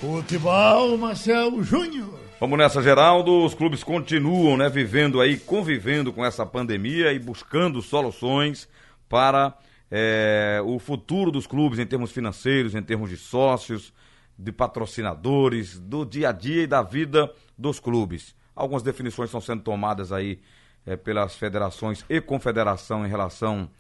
Futebol, Marcelo Júnior. Vamos nessa, Geraldo. Os clubes continuam, vivendo aí, convivendo com essa pandemia e buscando soluções para o futuro dos clubes em termos financeiros, em termos de sócios, de patrocinadores, do dia a dia e da vida dos clubes. Algumas definições estão sendo tomadas aí pelas federações e confederação em relação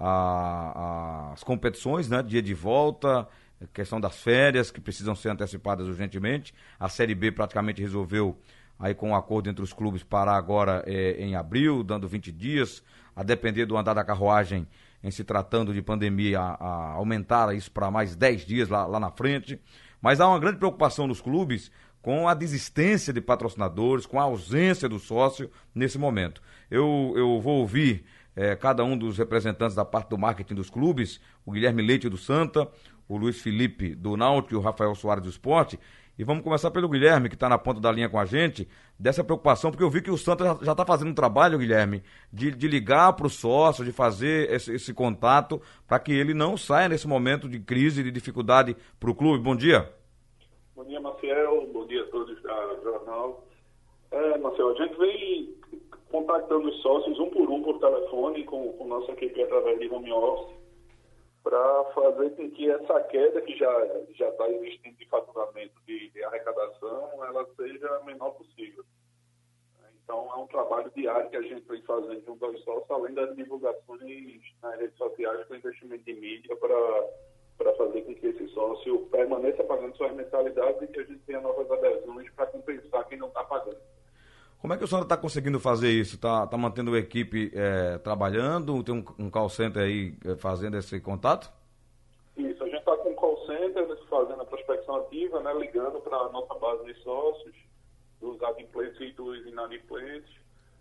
às competições, dia de volta, questão das férias que precisam ser antecipadas urgentemente. A Série B praticamente resolveu aí com um acordo entre os clubes parar agora em abril, dando 20 dias, a depender do andar da carruagem em se tratando de pandemia, a aumentar isso para mais 10 dias lá na frente. Mas há uma grande preocupação nos clubes com a desistência de patrocinadores, com a ausência do sócio nesse momento. Eu vou ouvir cada um dos representantes da parte do marketing dos clubes, o Guilherme Leite do Santa, o Luiz Felipe do Náutico e o Rafael Soares do Sport. E vamos começar pelo Guilherme, que está na ponta da linha com a gente, dessa preocupação, porque eu vi que o Santa já está fazendo um trabalho, Guilherme, de ligar para o sócio, de fazer esse contato, para que ele não saia nesse momento de crise, de dificuldade para o clube. Bom dia. Bom dia, Marcel. Bom dia a todos da Jornal. Marcel, a gente vem contactando os sócios um por telefone, com nossa equipe através de home office, para fazer com que essa queda que já está existindo de faturamento de arrecadação, ela seja a menor possível. Então, é um trabalho diário que a gente vem fazendo junto aos sócios, além das divulgações nas redes sociais com investimento de mídia para fazer com que esse sócio permaneça pagando suas mensalidades e que a gente tenha novas adesões para compensar quem não está pagando. Como é que o senhor está conseguindo fazer isso? Está mantendo a equipe trabalhando? Tem um call center aí fazendo esse contato? Isso, a gente está com um call center fazendo a prospecção ativa, ligando para a nossa base de sócios, dos adimplentes e dos inadimplentes,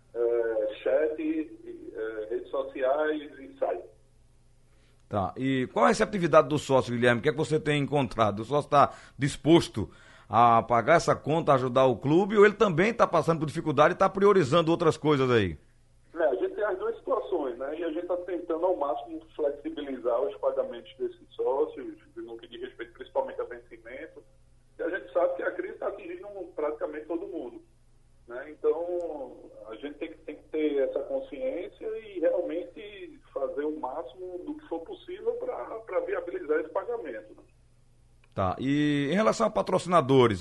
chat, redes sociais e site. Tá, e qual a receptividade do sócio, Guilherme? O que é que você tem encontrado? O sócio está disposto a pagar essa conta, ajudar o clube, ou ele também está passando por dificuldade e está priorizando outras coisas aí? A gente tem as duas situações, e a gente está tentando ao máximo flexibilizar os pagamentos desses sócios, no que diz respeito principalmente a vencimento, e a gente sabe que a crise está atingindo praticamente todo mundo. Então, a gente tem que ter essa consciência e realmente fazer o máximo do que for possível para viabilizar esse pagamento. Tá, e em relação a patrocinadores,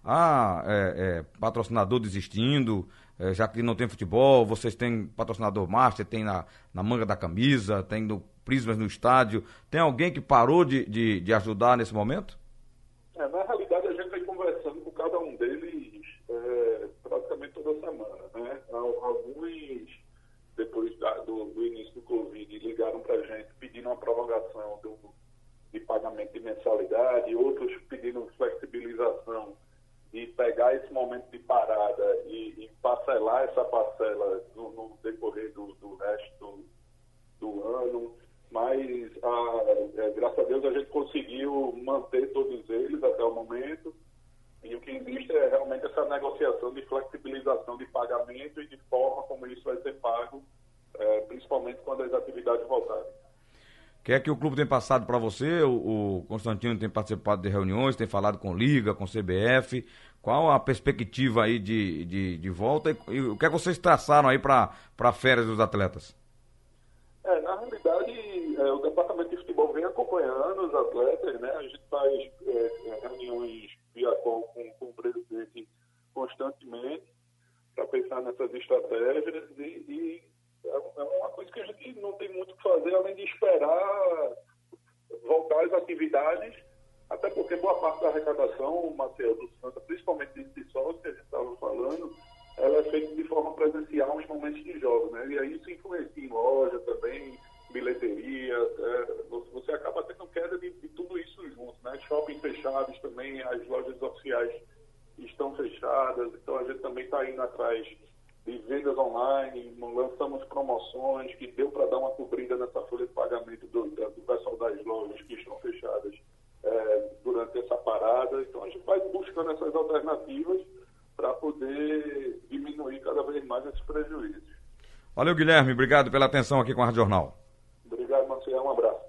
patrocinador desistindo, já que não tem futebol, vocês têm patrocinador master, tem na manga da camisa, tem no Prismas no estádio, tem alguém que parou de ajudar nesse momento? Na realidade, a gente vem conversando com cada um deles praticamente toda semana, Alguns, depois do início do Covid, ligaram para a gente pedindo uma prorrogação de pagamento de mensalidade, outros pedindo flexibilização e pegar esse momento de parada e parcelar essa parcela no decorrer do resto do ano. Mas, graças a Deus, a gente conseguiu manter todos eles até o momento. E o que existe é realmente essa negociação de flexibilização de pagamento e de forma como isso vai ser pago, principalmente quando as atividades voltarem. O que é que o clube tem passado para você? O Constantino tem participado de reuniões, tem falado com Liga, com CBF. Qual a perspectiva aí de volta? E o que é que vocês traçaram aí para férias dos atletas? Na realidade, o departamento de futebol vem acompanhando os atletas, A gente faz reuniões via call com o presidente constantemente para pensar nessas estratégias e é uma coisa que a gente não tem muito o que fazer além de esperar voltar às atividades, até porque boa parte da arrecadação, Marcelo, do Santa, principalmente de sócios que a gente estava falando, ela é feita de forma presencial nos momentos de jogos, E aí isso influencia em loja também, bilheteria, você acaba tendo queda de tudo isso junto, Shopping fechados também, as lojas oficiais estão fechadas, então a gente também está indo atrás de vendas online, lançamos promoções que deu para dar uma cobrida nessa folha de pagamento do pessoal das lojas que estão fechadas durante essa parada. Então a gente vai buscando essas alternativas para poder diminuir cada vez mais esses prejuízos. Valeu, Guilherme. Obrigado pela atenção aqui com a Rádio Jornal. Obrigado, Marcelo. Um abraço.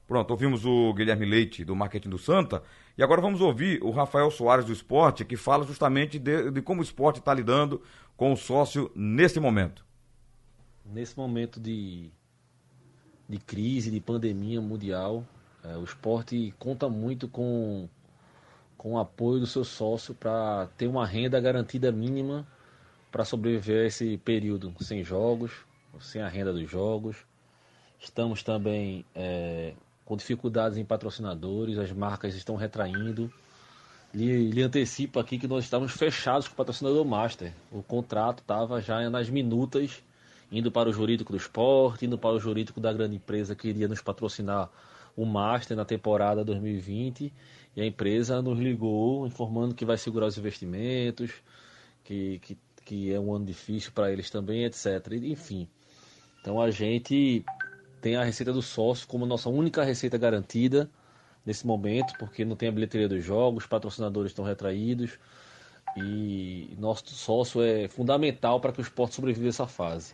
Pronto, ouvimos o Guilherme Leite, do Marketing do Santa, e agora vamos ouvir o Rafael Soares, do Esporte, que fala justamente de como o esporte está lidando com o sócio nesse momento. Nesse momento de crise, de pandemia mundial, o esporte conta muito com o apoio do seu sócio para ter uma renda garantida mínima para sobreviver a esse período sem jogos, sem a renda dos jogos. Estamos também com dificuldades em patrocinadores, as marcas estão retraindo. Lhe antecipo aqui que nós estávamos fechados com o patrocinador Master. O contrato estava já nas minutas, indo para o jurídico do esporte, indo para o jurídico da grande empresa que iria nos patrocinar o Master na temporada 2020. E a empresa nos ligou informando que vai segurar os investimentos, que é um ano difícil para eles também, etc. Enfim, então a gente tem a receita do sócio como nossa única receita garantida nesse momento, porque não tem a bilheteria dos jogos, os patrocinadores estão retraídos e nosso sócio é fundamental para que o esporte sobreviva essa fase.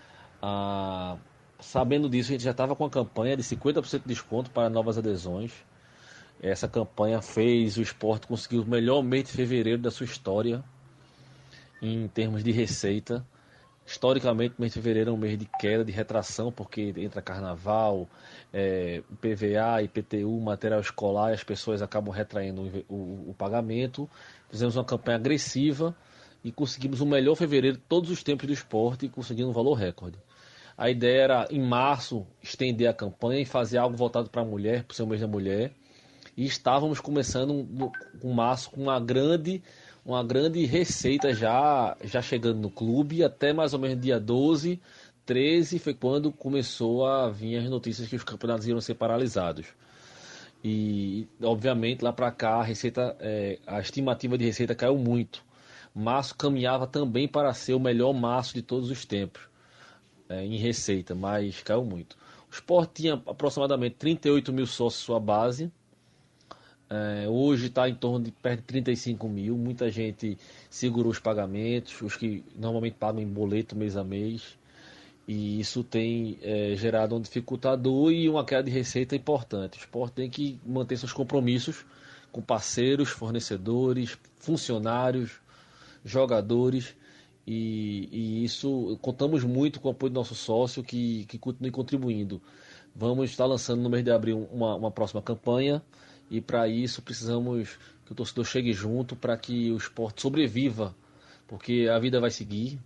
Sabendo disso, a gente já estava com a campanha de 50% de desconto para novas adesões. Essa campanha fez o esporte conseguir o melhor mês de fevereiro da sua história em termos de receita. Historicamente, o mês de fevereiro é um mês de queda, de retração, porque entra carnaval, PVA, IPTU, material escolar, e as pessoas acabam retraindo o pagamento. Fizemos uma campanha agressiva e conseguimos o melhor fevereiro de todos os tempos do esporte, conseguindo um valor recorde. A ideia era, em março, estender a campanha e fazer algo voltado para a mulher, para o seu mês da mulher. E estávamos começando com março com uma grande receita já chegando no clube, até mais ou menos dia 12, 13 foi quando começou a vir as notícias que os campeonatos iam ser paralisados. E, obviamente, lá para cá a estimativa de receita caiu muito. Março caminhava também para ser o melhor março de todos os tempos em receita, mas caiu muito. O Sport tinha aproximadamente 38 mil sócios sua base. Hoje está em torno de perto de 35 mil. Muita gente segurou os pagamentos, os que normalmente pagam em boleto mês a mês, e isso tem gerado um dificultador e uma queda de receita importante. O esporte tem que manter seus compromissos com parceiros, fornecedores, funcionários, jogadores, e isso contamos muito com o apoio do nosso sócio que continue contribuindo. Vamos estar lançando no mês de abril uma próxima campanha. E para isso precisamos que o torcedor chegue junto para que o esporte sobreviva, porque a vida vai seguir.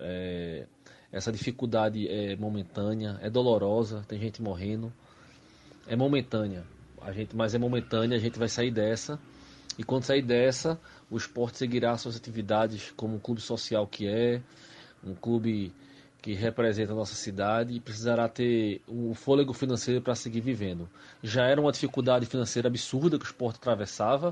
Essa dificuldade é momentânea, é dolorosa, tem gente morrendo, é momentânea, mas é momentânea, a gente vai sair dessa. E quando sair dessa, o esporte seguirá suas atividades como um clube social que é, um clube que representa a nossa cidade, e precisará ter um fôlego financeiro para seguir vivendo. Já era uma dificuldade financeira absurda que o esporte atravessava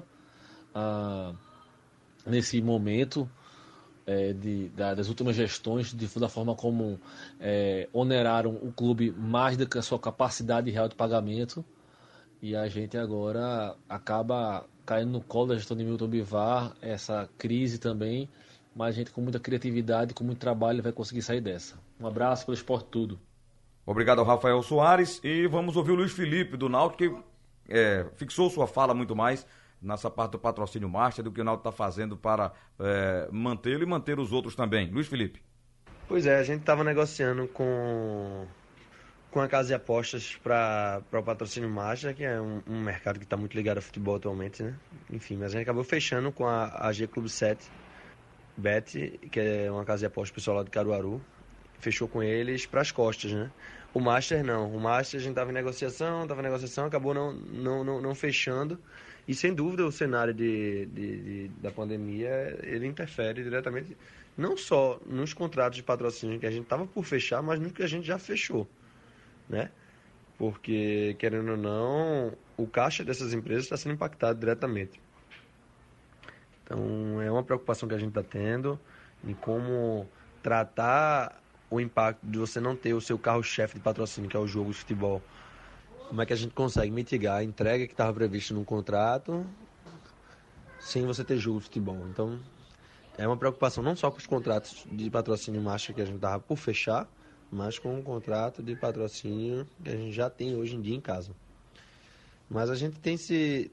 nesse momento das últimas gestões, da forma como oneraram o clube mais do que a sua capacidade real de pagamento, e a gente agora acaba caindo no colo da gestão de Milton Bivar, essa crise também, mas a gente com muita criatividade, com muito trabalho vai conseguir sair dessa. Um abraço pelo Esporte Tudo. Obrigado ao Rafael Soares, e vamos ouvir o Luiz Felipe do Náutico, que fixou sua fala muito mais nessa parte do patrocínio Master do que o Náutico está fazendo para mantê-lo e manter os outros também. Luiz Felipe. Pois é, a gente estava negociando com a casa de apostas para o patrocínio Master, que é um mercado que está muito ligado ao futebol atualmente, né? Enfim, mas a gente acabou fechando com a AG Clube 7 Bet, que é uma casa de apostas pessoal lá de Caruaru. Fechou com eles para as costas, né? O Master não. O Master a gente estava em negociação, acabou não fechando. E sem dúvida o cenário da pandemia, ele interfere diretamente, não só nos contratos de patrocínio que a gente estava por fechar, mas no que a gente já fechou, né? Porque, querendo ou não, o caixa dessas empresas está sendo impactado diretamente. Então, é uma preocupação que a gente está tendo em como tratar o impacto de você não ter o seu carro-chefe de patrocínio, que é o jogo de futebol. Como é que a gente consegue mitigar a entrega que estava prevista no contrato sem você ter jogo de futebol? Então, é uma preocupação não só com os contratos de patrocínio Master que a gente estava por fechar, mas com o contrato de patrocínio que a gente já tem hoje em dia em casa. Mas a gente tem se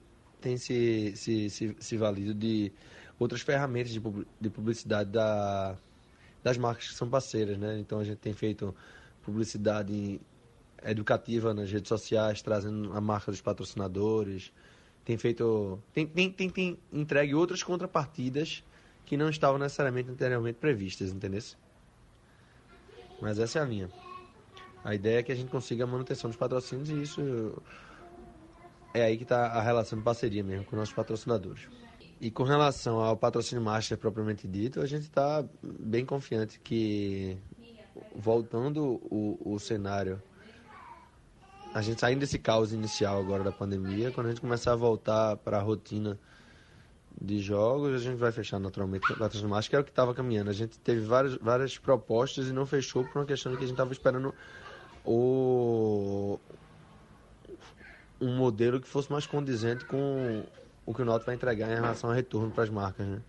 valido de outras ferramentas de publicidade das marcas que são parceiras, né? Então a gente tem feito publicidade educativa nas redes sociais, trazendo a marca dos patrocinadores, tem entregue outras contrapartidas que não estavam necessariamente anteriormente previstas, entendeu? Mas essa é a linha. A ideia é que a gente consiga a manutenção dos patrocínios e isso é aí que está a relação de parceria mesmo com nossos patrocinadores. E com relação ao patrocínio master propriamente dito, a gente está bem confiante que, voltando o cenário, a gente saindo desse caos inicial agora da pandemia, quando a gente começar a voltar para a rotina de jogos, a gente vai fechar naturalmente o patrocínio master, que é o que estava caminhando. A gente teve várias propostas e não fechou por uma questão de que a gente estava esperando um modelo que fosse mais condizente com o que o Náutico vai entregar em relação ao retorno para as marcas, né?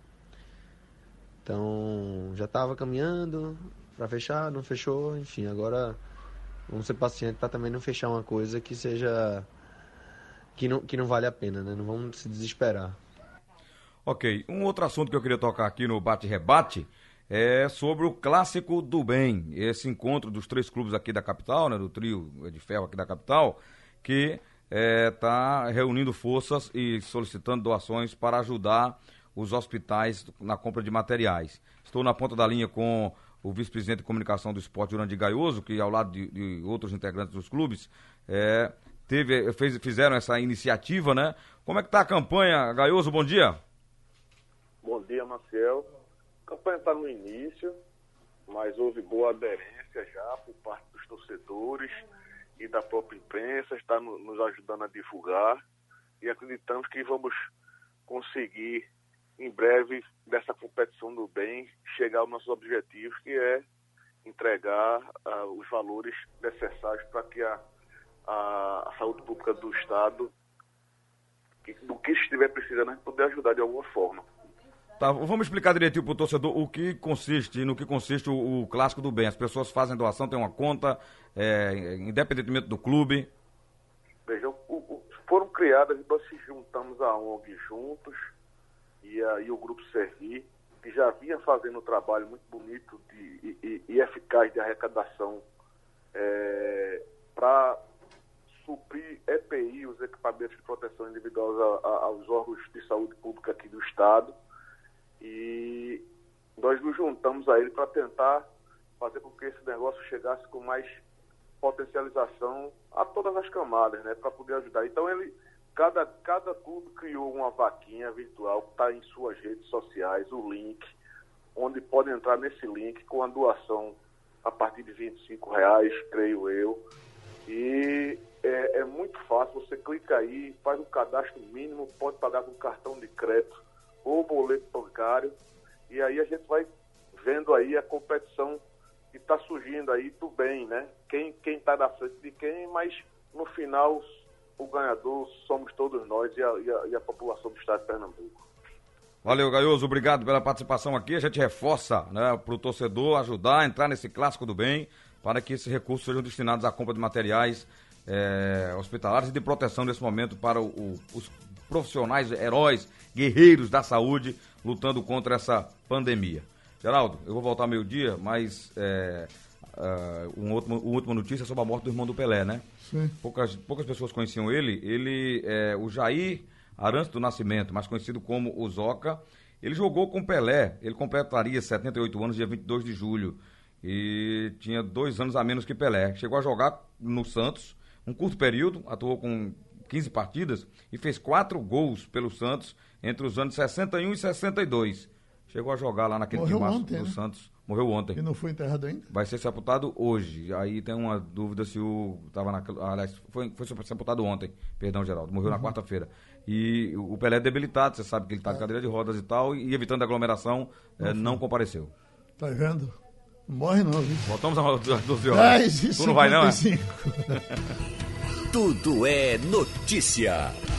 Então, já estava caminhando para fechar, não fechou, enfim, agora vamos ser pacientes para também não fechar uma coisa que seja que não vale a pena, né? Não vamos se desesperar. Ok, um outro assunto que eu queria tocar aqui no bate-rebate é sobre o Clássico do Bem, esse encontro dos 3 clubes aqui da capital, né, do trio de ferro aqui da capital, que está reunindo forças e solicitando doações para ajudar os hospitais na compra de materiais. Estou na ponta da linha com o vice-presidente de comunicação do esporte, Jurandir Gaioso, que ao lado de outros integrantes dos clubes, fizeram essa iniciativa, né? Como é que está a campanha, Gaioso? Bom dia. Bom dia, Marcel. A campanha está no início, mas houve boa aderência já por parte dos torcedores e da própria imprensa, está nos ajudando a divulgar e acreditamos que vamos conseguir, em breve, dessa competição do bem, chegar aos nossos objetivos, que é entregar os valores necessários para que a saúde pública do Estado, do que estiver precisando, a gente poder ajudar de alguma forma. Tá, vamos explicar direitinho para o torcedor no que consiste o Clássico do Bem. As pessoas fazem doação, tem uma conta, independentemente do clube. Vejam, foram criadas, nós se juntamos a ONG juntos e o Grupo Servi, que já vinha fazendo um trabalho muito bonito e eficaz de arrecadação para suprir EPI, os equipamentos de proteção individual aos órgãos de saúde pública aqui do Estado. E nós nos juntamos a ele para tentar fazer com que esse negócio chegasse com mais potencialização a todas as camadas, né, para poder ajudar. Então, cada clube criou uma vaquinha virtual que está em suas redes sociais, o link, onde pode entrar nesse link com a doação a partir de R$25, creio eu. E é muito fácil, você clica aí, faz um cadastro mínimo, pode pagar com cartão de crédito ou boleto bancário, e aí a gente vai vendo aí a competição que está surgindo aí do bem, né? Quem está na frente de quem, mas no final o ganhador somos todos nós e a população do estado de Pernambuco. Valeu, Gaioso, obrigado pela participação aqui. A gente reforça, né, para o torcedor ajudar a entrar nesse Clássico do Bem, para que esses recursos sejam destinados à compra de materiais hospitalares e de proteção nesse momento para os profissionais, heróis, guerreiros da saúde, lutando contra essa pandemia. Geraldo, eu vou voltar meio-dia, mas uma última notícia sobre a morte do irmão do Pelé, né? Sim. Poucas pessoas conheciam ele. Ele é o Jair Arantes do Nascimento, mais conhecido como o Zoca. Ele jogou com o Pelé, ele completaria 78 anos, dia 22 de julho, e tinha 2 anos a menos que Pelé. Chegou a jogar no Santos, um curto período, atuou com 15 partidas e fez 4 gols pelo Santos entre os anos 61 e 62. Chegou a jogar lá naquele timaço do Santos. Morreu ontem. E não foi enterrado ainda? Vai ser sepultado hoje. Aí tem uma dúvida se estava na... Aliás, foi sepultado ontem. Perdão, Geraldo. Morreu na quarta-feira. E o Pelé é debilitado, você sabe que ele está de cadeira de rodas e tal, e evitando aglomeração, não compareceu. Tá vendo? Não morre não, viu? Voltamos às 12 horas. Tu não vai não, é? Tudo é notícia.